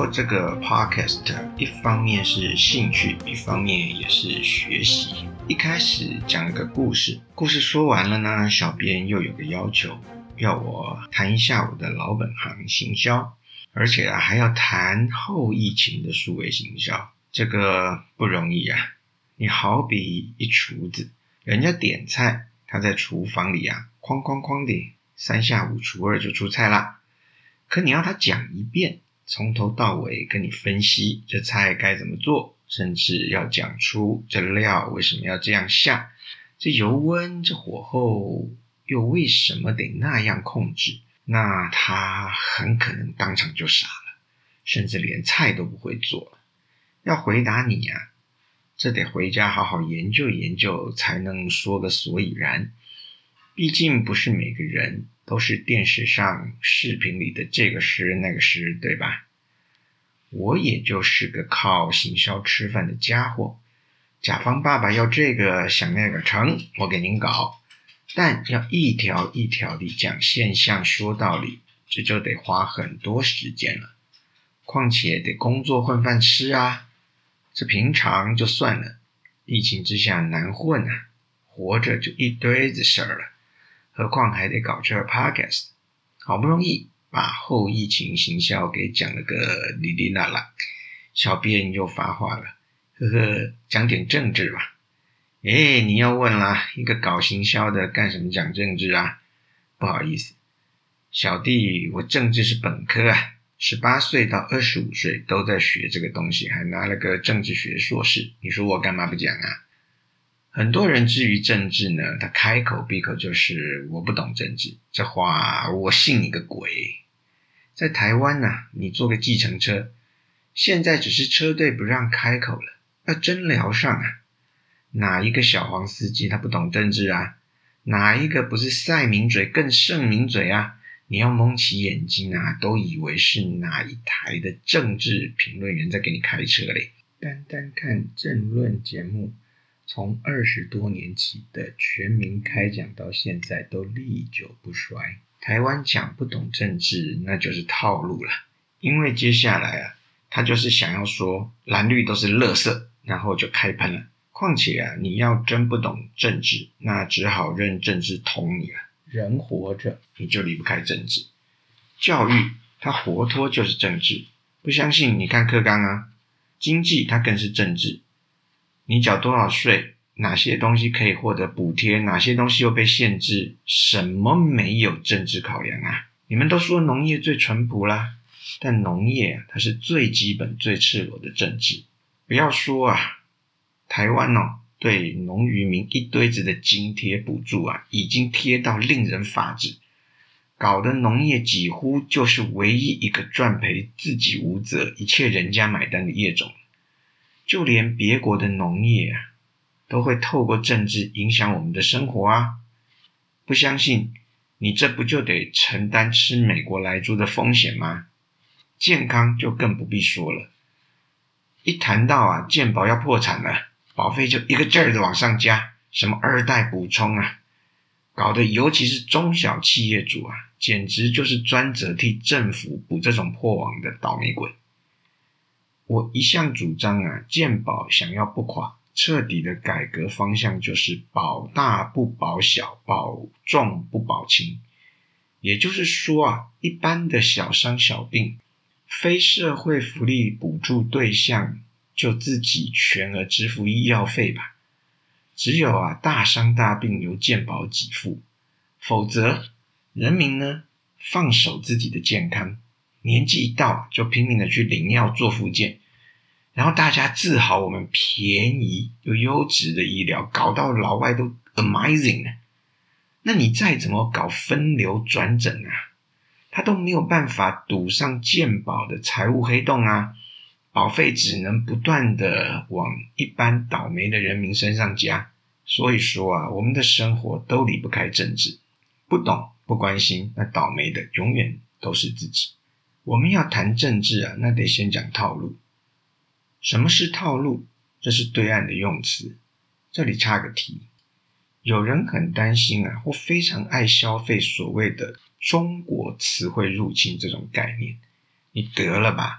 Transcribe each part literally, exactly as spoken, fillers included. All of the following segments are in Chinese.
做这个 podcast 一方面是兴趣，一方面也是学习。一开始讲了个故事，故事说完了呢，小编又有个要求，要我谈一下我的老本行行销，而且啊还要谈后疫情的数位行销，这个不容易啊。你好比一厨子，人家点菜，他在厨房里啊哐哐哐的三下五除二就出菜啦，可你要他讲一遍，从头到尾跟你分析这菜该怎么做，甚至要讲出这料为什么要这样下，这油温这火候又为什么得那样控制，那他很可能当场就傻了，甚至连菜都不会做了。要回答你啊，这得回家好好研究研究才能说个所以然。毕竟不是每个人都是电视上视频里的这个师那个师，对吧？我也就是个靠行销吃饭的家伙，甲方爸爸要这个想那个成，我给您搞，但要一条一条地讲现象说道理，这就得花很多时间了。况且得工作混饭吃啊，这平常就算了，疫情之下难混啊，活着就一堆子事儿了，何况还得搞这 podcast， 好不容易把后疫情行销给讲了个哩哩啦啦，小编又发话了，呵呵，讲点政治吧。诶，你要问啦，一个搞行销的干什么讲政治啊？不好意思，小弟我政治是本科啊，十八岁到二十五岁都在学这个东西，还拿了个政治学硕士，你说我干嘛不讲啊？很多人至于政治呢，他开口闭口就是我不懂政治，这话我信你个鬼。在台湾啊，你坐个计程车，现在只是车队不让开口了，要真聊上啊，哪一个小黄司机他不懂政治啊？哪一个不是赛名嘴更胜名嘴啊？你要蒙起眼睛啊，都以为是哪一台的政治评论员在给你开车嘞。单单看政论节目，从二十多年起的全民开讲到现在都历久不衰。台湾讲不懂政治那就是套路了，因为接下来啊，他就是想要说蓝绿都是垃圾，然后就开喷了。况且啊，你要真不懂政治，那只好认政治捅你了。人活着你就离不开政治，教育它活脱就是政治，不相信你看课纲啊，经济它更是政治，你缴多少税，哪些东西可以获得补贴，哪些东西又被限制，什么没有政治考量啊？你们都说农业最淳朴啦，但农业啊，它是最基本最赤裸的政治。不要说啊，台湾哦，对农渔民一堆子的津贴补助啊，已经贴到令人发指，搞得农业几乎就是唯一一个赚赔自己无责，一切人家买单的业种。就连别国的农业啊，都会透过政治影响我们的生活啊！不相信，你这不就得承担吃美国来猪的风险吗？健康就更不必说了，一谈到啊健保要破产了，保费就一个劲儿的往上加，什么二代补充啊，搞得尤其是中小企业主啊，简直就是专责替政府补这种破网的倒霉鬼。我一向主张啊，健保想要不垮，彻底的改革方向就是保大不保小，保重不保轻。也就是说啊，一般的小伤小病，非社会福利补助对象就自己全额支付医药费吧。只有啊大伤大病由健保给付，否则人民呢放手自己的健康，年纪一到就拼命的去领药做复健，然后大家自豪我们便宜又优质的医疗，搞到老外都 amazing 了。那你再怎么搞分流转诊啊，他都没有办法堵上健保的财务黑洞啊，保费只能不断的往一般倒霉的人民身上加。所以说啊，我们的生活都离不开政治，不懂不关心，那倒霉的永远都是自己。我们要谈政治啊，那得先讲套路。什么是套路？这是对岸的用词。这里插个题，有人很担心啊，或非常爱消费所谓的中国词汇入侵这种概念。你得了吧，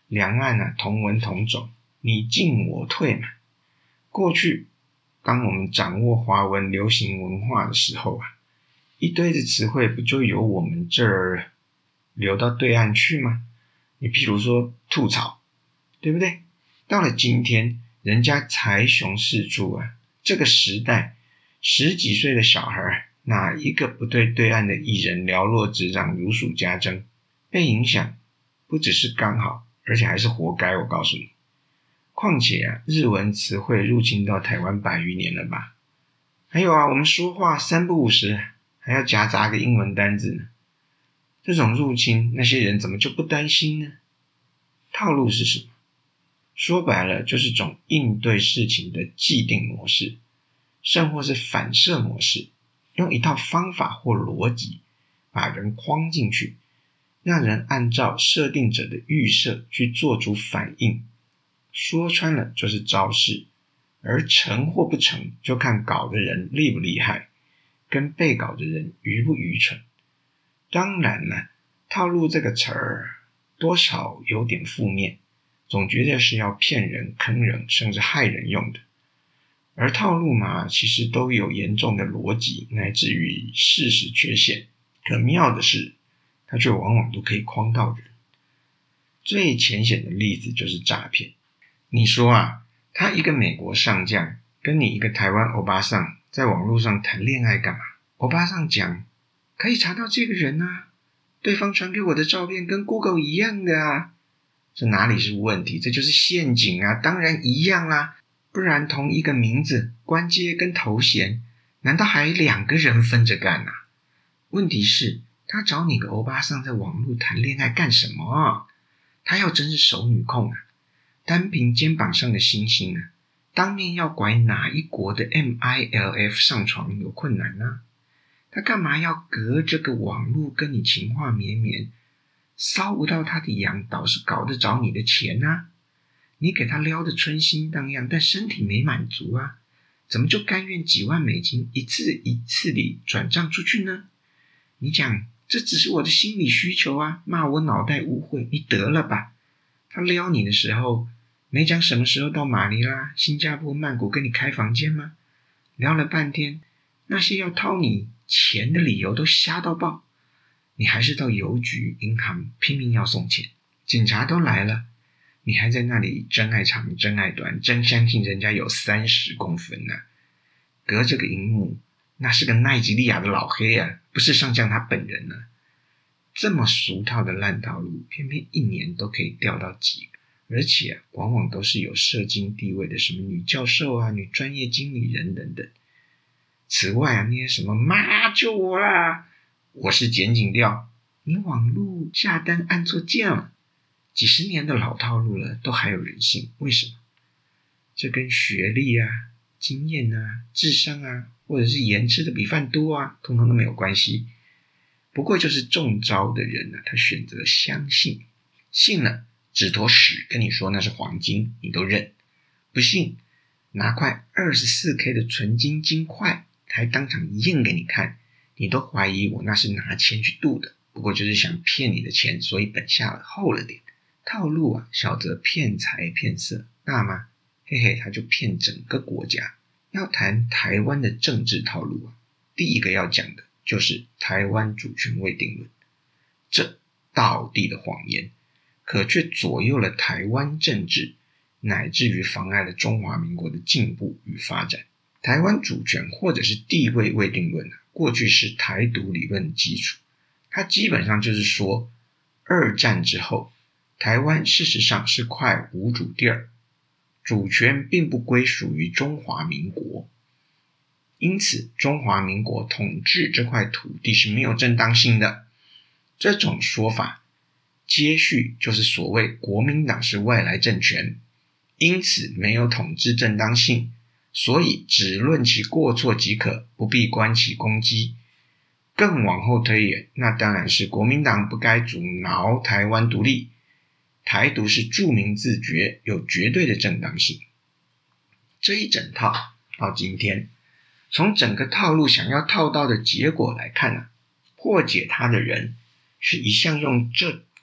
两岸啊同文同种，你进我退嘛。过去当我们掌握华文流行文化的时候啊，一堆的词汇不就由我们这儿流到对岸去吗？你譬如说吐槽，对不对？到了今天，人家财雄势著啊，这个时代十几岁的小孩哪一个不对对岸的艺人寥落指掌如数家珍？被影响不只是刚好，而且还是活该，我告诉你。况且啊，日文词汇入侵到台湾百余年了吧？还有啊，我们说话三不五时还要夹杂个英文单字呢。这种入侵，那些人怎么就不担心呢？套路是什么？说白了，就是种应对事情的既定模式，甚或是反射模式，用一套方法或逻辑把人框进去，让人按照设定者的预设去做出反应。说穿了就是招式，而成或不成就看搞的人厉不厉害，跟被搞的人愚不愚蠢。当然了，套路这个词儿多少有点负面，总觉得是要骗人、坑人甚至害人用的。而套路嘛，其实都有严重的逻辑乃至于事实缺陷，可妙的是它却往往都可以诓到人。最浅显的例子就是诈骗。你说啊，他一个美国上将跟你一个台湾欧巴桑在网络上谈恋爱干嘛？欧巴桑讲可以查到这个人啊，对方传给我的照片跟 Google 一样的啊。这哪里是问题，这就是陷阱啊，当然一样啦，不然同一个名字、官阶跟头衔，难道还两个人分着干啊？问题是他找你个欧巴桑在网络谈恋爱干什么啊？他要真是熟女控啊，单凭肩膀上的星星啊，当面要拐哪一国的 M I L F 上床有困难啊？他干嘛要隔着个网络跟你情话绵绵，搔不到他的痒，倒是搞得着你的钱啊？你给他撩得春心荡漾，但身体没满足啊，怎么就甘愿几万美金一次一次地转账出去呢？你讲这只是我的心理需求啊，骂我脑袋误会，你得了吧。他撩你的时候没讲什么时候到马尼拉、新加坡、曼谷跟你开房间吗？聊了半天，那些要掏你钱的理由都瞎到爆，你还是到邮局、银行拼命要送钱，警察都来了，你还在那里真爱长真爱短，真相信人家有三十公分呢、啊。隔着个荧幕，那是个奈及利亚的老黑啊，不是上将他本人呢、啊。这么俗套的烂套路，偏偏一年都可以钓到几个，而且、啊、往往都是有社经地位的，什么女教授啊、女专业经理人等等。此外啊，那些什么妈救我啦，我是检警调，你网路下单按错键了，几十年的老套路了，都还有人信，为什么？这跟学历啊、经验啊、智商啊，或者是盐吃的比饭多啊，通通都没有关系。不过就是中招的人呢、啊，他选择相信，信了指坨屎跟你说那是黄金，你都认；不信，拿块 二十四 K 的纯金金块，还当场验给你看，你都怀疑我那是拿钱去镀的，不过就是想骗你的钱，所以本下了厚了点。套路啊，小则骗财骗色，大吗？嘿嘿，他就骗整个国家。要谈台湾的政治套路啊，第一个要讲的就是台湾主权未定论。这道地的谎言，可却左右了台湾政治，乃至于妨碍了中华民国的进步与发展。台湾主权或者是地位未定论、啊、过去是台独理论的基础，它基本上就是说，二战之后，台湾事实上是块无主地儿，主权并不归属于中华民国，因此中华民国统治这块土地是没有正当性的。这种说法接续就是所谓国民党是外来政权，因此没有统治正当性，所以只论其过错即可，不必观其功绩。更往后推演，那当然是国民党不该阻挠台湾独立，台独是著名自觉，有绝对的正当性。这一整套到今天，从整个套路想要套到的结果来看啊，破解它的人是一向用这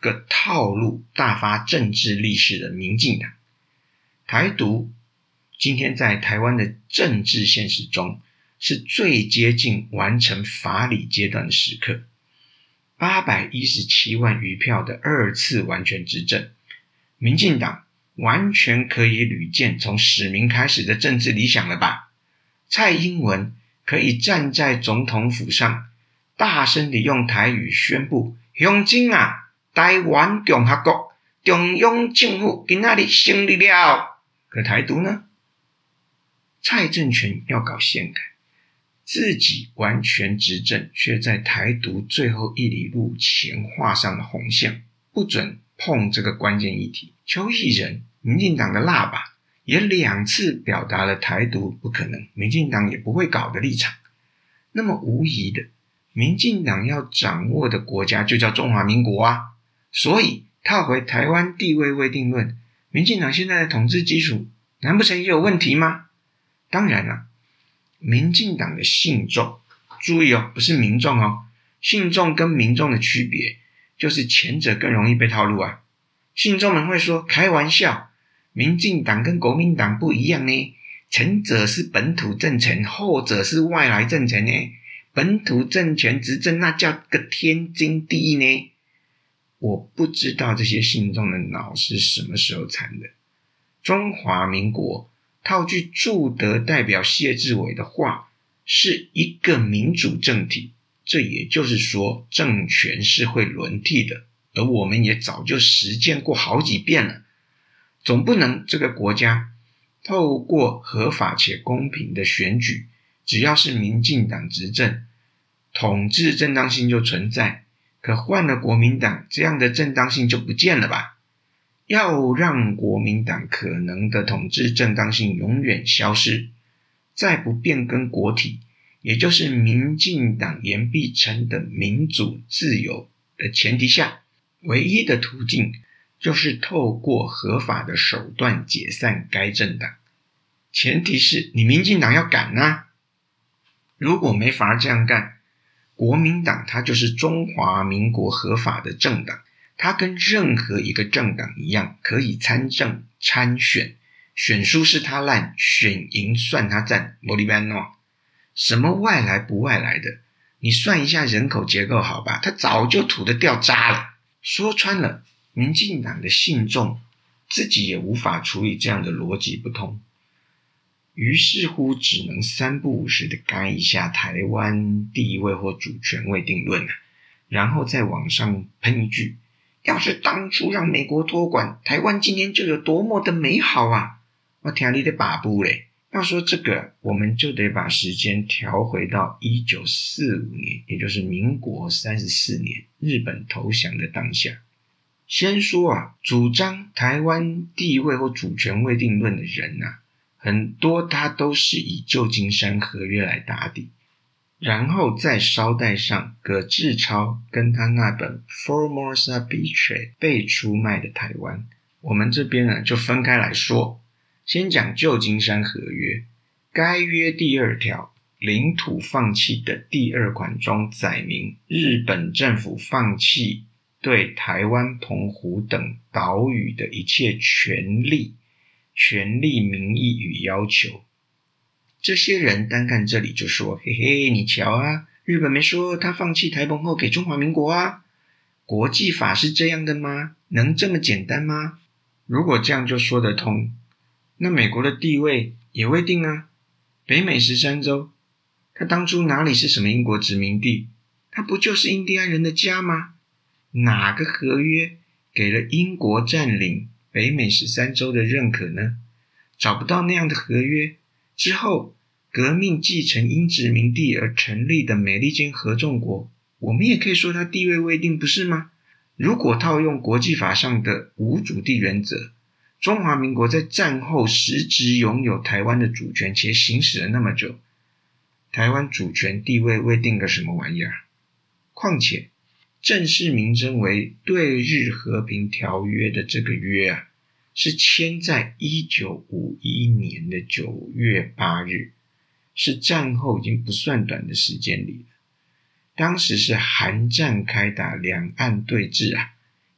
个套路大发政治利势的民进党。台独今天在台湾的政治现实中是最接近完成法理阶段的时刻。八百一十七万余票的二次完全执政，民进党完全可以履见从史明开始的政治理想了吧？蔡英文可以站在总统府上，大声地用台语宣布：乡亲啊，台湾共和国中央政府今仔日成立了。可台独呢？蔡政权要搞宪改，自己完全执政，却在台独最后一里路前画上了红线，不准碰这个关键议题。邱毅人，民进党的辣爸，也两次表达了台独不可能，民进党也不会搞的立场。那么无疑的，民进党要掌握的国家就叫中华民国啊。所以套回台湾地位未定论，民进党现在的统治基础难不成也有问题吗？当然了，民进党的信众，注意哦，不是民众哦，信众跟民众的区别就是前者更容易被套路啊。信众们会说开玩笑，民进党跟国民党不一样呢，前者是本土政权，后者是外来政权呢，本土政权执政那叫个天经地义呢。我不知道这些信众的脑是什么时候残的。中华民国套句驻德代表谢志伟的话，是一个民主政体，这也就是说政权是会轮替的，而我们也早就实践过好几遍了。总不能这个国家透过合法且公平的选举，只要是民进党执政，统治正当性就存在，可换了国民党，这样的正当性就不见了吧？要让国民党可能的统治正当性永远消失，在不变更国体，也就是民进党言必称的民主自由的前提下，唯一的途径就是透过合法的手段解散该政党。前提是你民进党要敢啊！如果没法这样干，国民党它就是中华民国合法的政党，它跟任何一个政党一样，可以参政参选，选输是他烂，选赢算他赞，没理办哦。什么外来不外来的，你算一下人口结构好吧，他早就土得掉渣了。说穿了，民进党的信众自己也无法处理这样的逻辑不通，于是乎只能三不五时的改一下台湾地位或主权未定论，然后在网上喷一句，要是当初让美国托管，台湾今天就有多么的美好啊！我听你的把布嘞。要说这个，我们就得把时间调回到一九四五年，也就是民国三十四年，日本投降的当下。先说啊，主张台湾地位或主权未定论的人啊，很多他都是以旧金山合约来打底，然后再捎带上葛志超跟他那本 Formosa Betrayed 被出卖的台湾。我们这边呢就分开来说，先讲旧金山合约。该约第二条领土放弃的第二款中载明，日本政府放弃对台湾、澎湖等岛屿的一切权利、权利名义与要求。这些人单看这里就说，嘿嘿，你瞧啊，日本没说他放弃台澎后给中华民国啊，国际法是这样的吗？能这么简单吗？如果这样就说得通，那美国的地位也未定啊。北美十三州，他当初哪里是什么英国殖民地？他不就是印第安人的家吗？哪个合约给了英国占领北美十三州的认可呢？找不到那样的合约，之后革命继承英殖民地而成立的美利坚合众国，我们也可以说它地位未定，不是吗？如果套用国际法上的无主地原则，中华民国在战后实质拥有台湾的主权，且行使了那么久，台湾主权地位未定个什么玩意儿？况且正式名称为对日和平条约的这个约啊，是签在一九五一年的九月八日，是战后已经不算短的时间里了。当时是韩战开打，两岸对峙啊，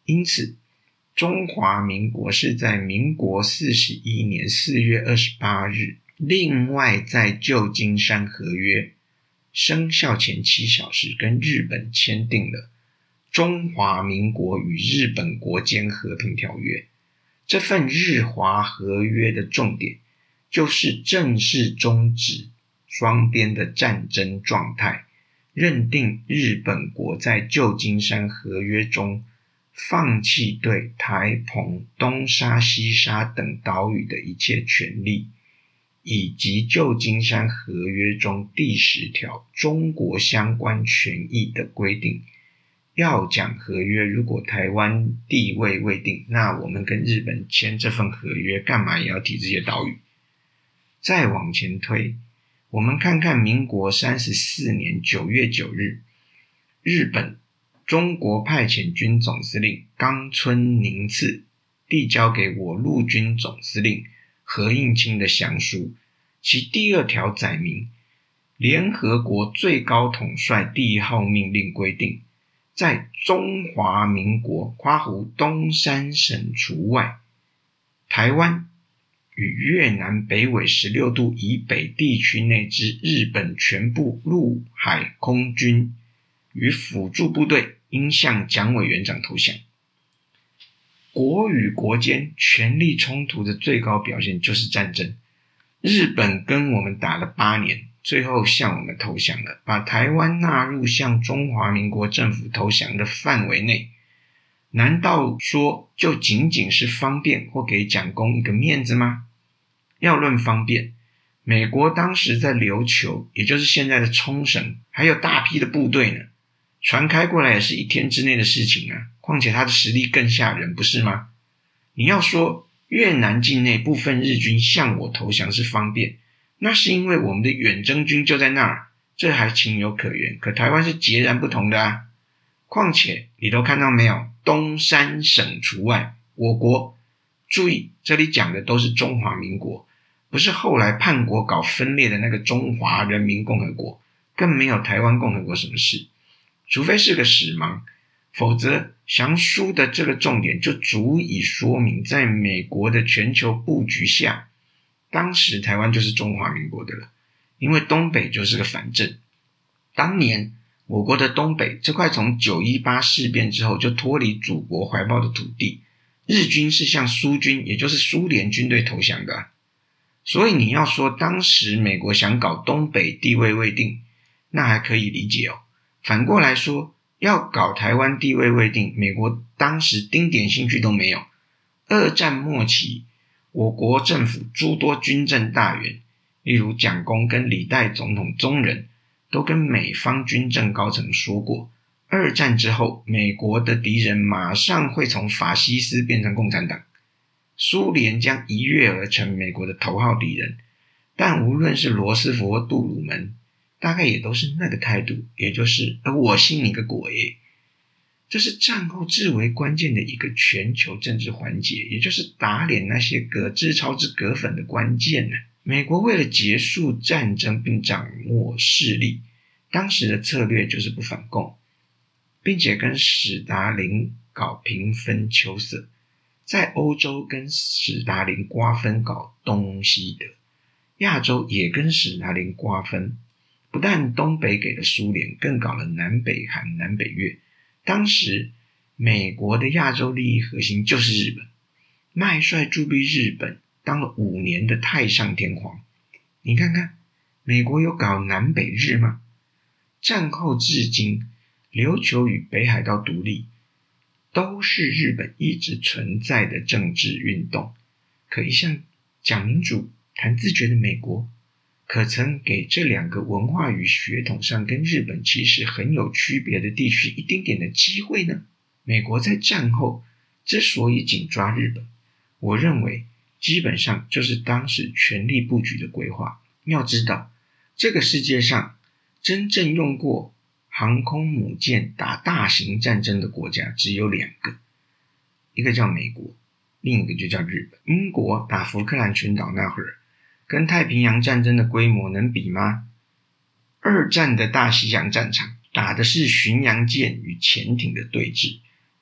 因此中华民国是在民国四十一年四月二十八日另外在旧金山合约生效前七小时跟日本签订了中华民国与日本国间和平条约。这份日华合约的重点就是正式终止双边的战争状态，认定日本国在旧金山合约中放弃对台澎、东沙、西沙等岛屿的一切权利，以及旧金山合约中第十条中国相关权益的规定。要讲合约，如果台湾地位未定，那我们跟日本签这份合约干嘛也要提这些岛屿？再往前推，我们看看民国三十四年九月九日，日本中国派遣军总司令冈村宁次递交给我陆军总司令何应钦的降书，其第二条载明，联合国最高统帅第一号命令规定，在中华民国（括弧东三省除外）台湾与越南北纬十六度以北地区内之日本全部陆海空军与辅助部队应向蒋委员长投降。国与国间权力冲突的最高表现就是战争。日本跟我们打了八年，最后向我们投降了，把台湾纳入向中华民国政府投降的范围内。难道说就仅仅是方便或给蒋公一个面子吗？要论方便，美国当时在琉球，也就是现在的冲绳，还有大批的部队呢，船开过来也是一天之内的事情啊，况且他的实力更吓人，不是吗？你要说越南境内部分日军向我投降是方便，那是因为我们的远征军就在那儿，这还情有可原。可台湾是截然不同的啊！况且你都看到没有，东三省除外，我国，注意这里讲的都是中华民国，不是后来叛国搞分裂的那个中华人民共和国，更没有台湾共和国什么事。除非是个史盲，否则降书的这个重点就足以说明，在美国的全球布局下，当时台湾就是中华民国的了，因为东北就是个反正。当年我国的东北这块从九一八事变之后就脱离祖国怀抱的土地，日军是向苏军，也就是苏联军队投降的啊。所以你要说当时美国想搞东北地位未定，那还可以理解哦。反过来说，要搞台湾地位未定，美国当时丁点兴趣都没有。二战末期，我国政府诸多军政大员，例如蒋公跟李代总统宗人，都跟美方军政高层说过，二战之后，美国的敌人马上会从法西斯变成共产党，苏联将一跃而成美国的头号敌人。但无论是罗斯福或杜鲁门，大概也都是那个态度，也就是我信你个鬼。这是战后至为关键的一个全球政治环节，也就是打脸那些葛志超之葛粉的关键呢。美国为了结束战争并掌握势力，当时的策略就是不反共，并且跟史达林搞平分秋色，在欧洲跟史达林瓜分搞东西德，亚洲也跟史达林瓜分，不但东北给了苏联，更搞了南北韩、南北越。当时美国的亚洲利益核心就是日本，麦帅驻逼日本当了五年的太上天皇。你看看美国有搞南北日吗？战后至今，琉球与北海道独立都是日本一直存在的政治运动。可一向讲民主谈自觉的美国，可曾给这两个文化与血统上跟日本其实很有区别的地区一丁点的机会呢？美国在战后之所以紧抓日本，我认为基本上就是当时权力布局的规划。要知道，这个世界上真正用过航空母舰打大型战争的国家只有两个，一个叫美国，另一个就叫日本。英国打福克兰群岛那会儿，跟太平洋战争的规模能比吗？二战的大西洋战场打的是巡洋舰与潜艇的对峙，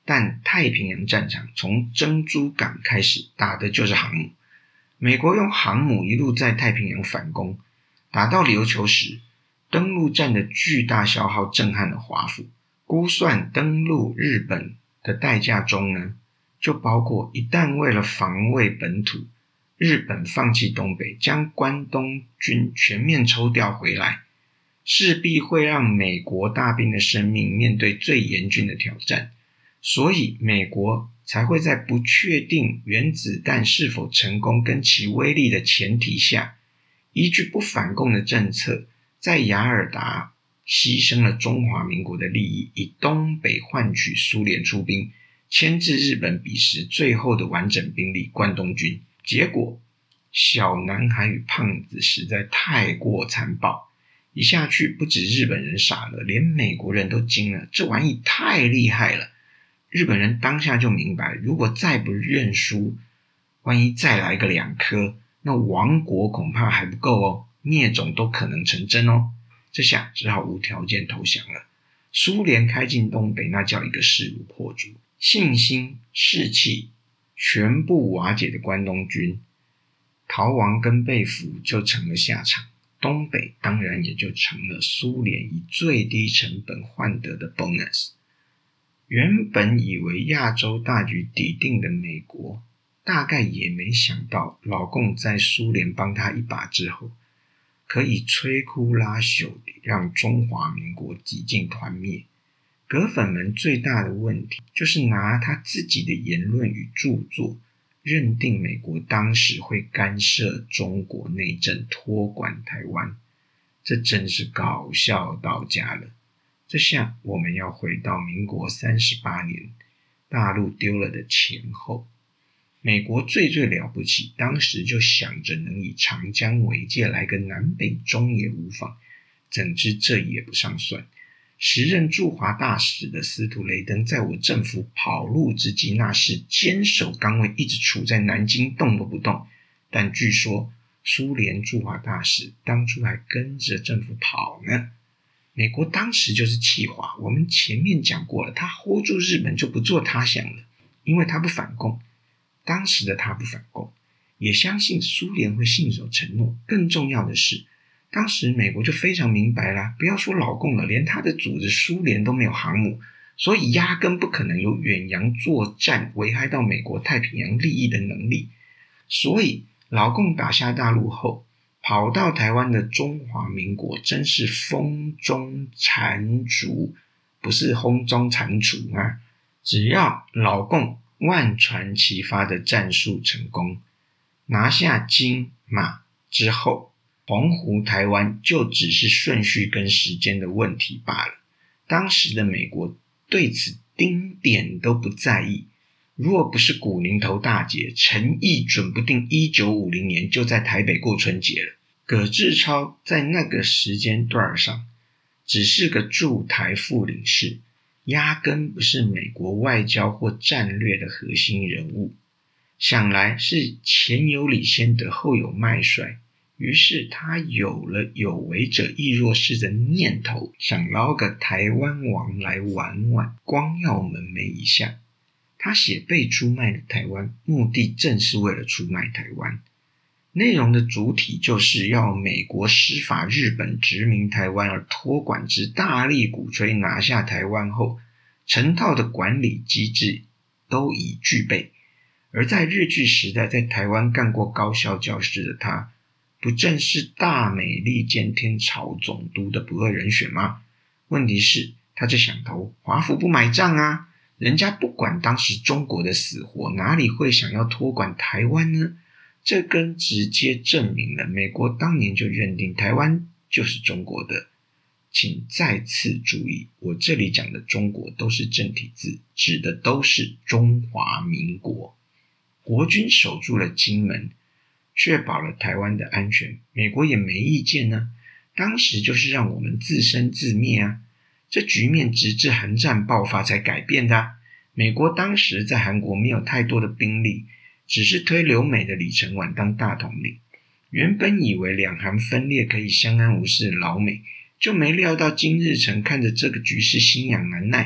但太平洋战场从珍珠港开始打的就是航母，美国用航母一路在太平洋反攻，打到琉球时，登陆战的巨大消耗震撼了华府。估算登陆日本的代价中呢，就包括一旦为了防卫本土，日本放弃东北，将关东军全面抽调回来，势必会让美国大兵的生命面对最严峻的挑战。所以美国才会在不确定原子弹是否成功跟其威力的前提下，依据不反共的政策，在雅尔达牺牲了中华民国的利益，以东北换取苏联出兵，牵制日本彼时最后的完整兵力关东军。结果小男孩与胖子实在太过残暴，一下去不止日本人傻了，连美国人都惊了，这玩意太厉害了。日本人当下就明白，如果再不认输，万一再来个两颗，那亡国恐怕还不够哦，灭种都可能成真哦。这下只好无条件投降了。苏联开进东北，那叫一个势如破竹，信心士气全部瓦解的关东军，逃亡跟被俘就成了下场，东北当然也就成了苏联以最低成本换得的 bonus。 原本以为亚洲大局底定的美国，大概也没想到老共在苏联帮他一把之后，可以摧枯拉朽地让中华民国几近团灭。葛粉们最大的问题就是拿他自己的言论与著作认定美国当时会干涉中国内政，托管台湾，这真是搞笑到家了。这下我们要回到民国三十八年大陆丢了的前后，美国最最了不起，当时就想着能以长江为界来个南北中也无妨，怎知这也不上算。时任驻华大使的司徒雷登在我政府跑路之际，那是坚守岗位，一直处在南京动都不动。但据说苏联驻华大使当初还跟着政府跑呢。美国当时就是气华，我们前面讲过了，他 hold 住日本就不做他想了，因为他不反共。当时的他不反共，也相信苏联会信守承诺。更重要的是，当时美国就非常明白啦，不要说老共了，连他的组织苏联都没有航母，所以压根不可能有远洋作战危害到美国太平洋利益的能力。所以老共打下大陆后，跑到台湾的中华民国真是风中残烛，不是轰中蟾蜍啊！只要老共万船齐发的战术成功，拿下金马之后，澎湖台湾就只是顺序跟时间的问题罢了。当时的美国对此丁点都不在意，若不是古宁头大捷，陈毅准不定一九五零年就在台北过春节了。葛志超在那个时间段上只是个驻台副领事，压根不是美国外交或战略的核心人物。想来是前有李先德后有麦帅，于是他有了有为者亦若是的念头，想捞个台湾王来玩玩，光耀门楣一下。他写被出卖的台湾，目的正是为了出卖台湾。内容的主体就是要美国施法日本殖民台湾而托管之，大力鼓吹拿下台湾后，成套的管理机制都已具备。而在日据时代在台湾干过高校教师的他，不正是大美利坚天朝总督的不二人选吗？问题是他这想投，华府不买账啊，人家不管当时中国的死活，哪里会想要托管台湾呢？这更直接证明了美国当年就认定台湾就是中国的。请再次注意，我这里讲的中国都是正体字，指的都是中华民国。国军守住了金门，确保了台湾的安全，美国也没意见呢。当时就是让我们自生自灭啊，这局面直至韩战爆发才改变的啊。美国当时在韩国没有太多的兵力，只是推留美的李承晚当大统领，原本以为两韩分裂可以相安无事，老美就没料到金日成看着这个局势心痒难耐，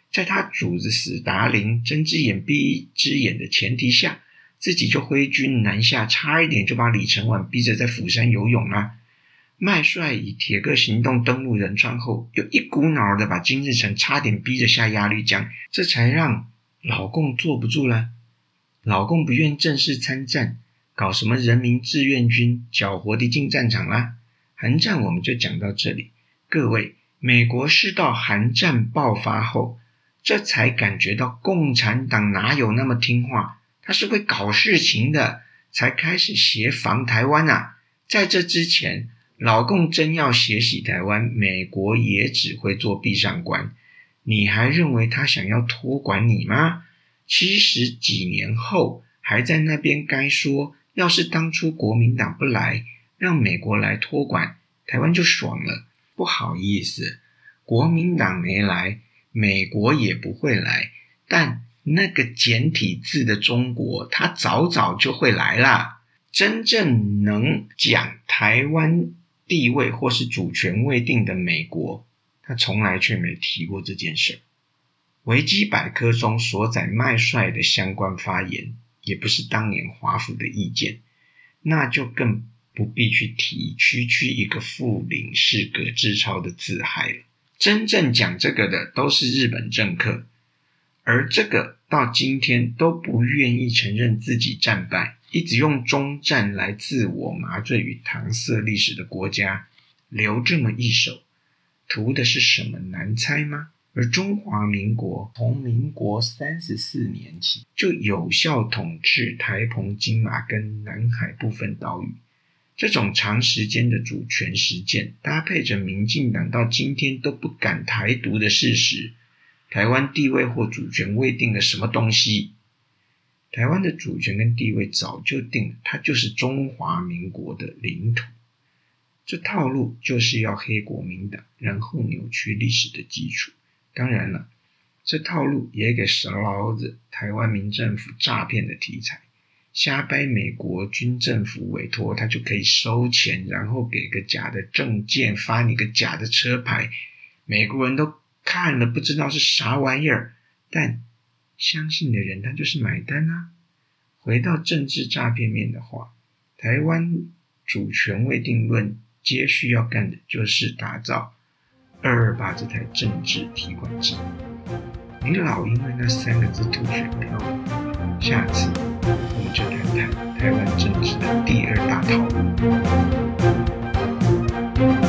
在他主子史达林睁只眼闭一只眼的前提下，自己就挥军南下，差一点就把李承晚逼着在釜山游泳啊。麦帅以铁克行动登陆仁川后，又一股脑的把金日成差点逼着下鸭绿江，这才让老共坐不住了。老共不愿正式参战，搞什么人民志愿军，缴活地进战场啦。韩战我们就讲到这里。各位，美国是到韩战爆发后，这才感觉到共产党哪有那么听话，他是会搞事情的，才开始协防台湾啊。在这之前，老共真要血洗台湾，美国也只会做壁上观。你还认为他想要托管你吗？其实几年后还在那边该说，要是当初国民党不来，让美国来托管，台湾就爽了。不好意思，国民党没来，美国也不会来，但那个简体字的中国，它早早就会来啦。真正能讲台湾地位或是主权未定的美国，他从来却没提过这件事。维基百科中所载麦帅的相关发言，也不是当年华府的意见，那就更不必去提区区一个副领事葛志超的自嗨了。真正讲这个的都是日本政客，而这个到今天都不愿意承认自己战败，一直用中战来自我麻醉与搪塞历史的国家，留这么一手，图的是什么难猜吗？而中华民国从民国三十四年起就有效统治台澎金马跟南海部分岛屿，这种长时间的主权实践，搭配着民进党到今天都不敢台独的事实，台湾地位或主权未定的什么东西？台湾的主权跟地位早就定了，它就是中华民国的领土。这套路就是要黑国民党，然后扭曲历史的基础。当然了，这套路也给蛇老子台湾民政府诈骗的题材，瞎掰美国军政府委托，他就可以收钱，然后给个假的证件，发你个假的车牌，美国人都看了不知道是啥玩意儿，但相信的人他就是买单啊。回到政治诈骗面的话，台湾主权未定论接续要干的就是打造二二八这台政治提款机。你老因为那三个字吐选票，下次我们就谈谈台湾政治的第二大套路。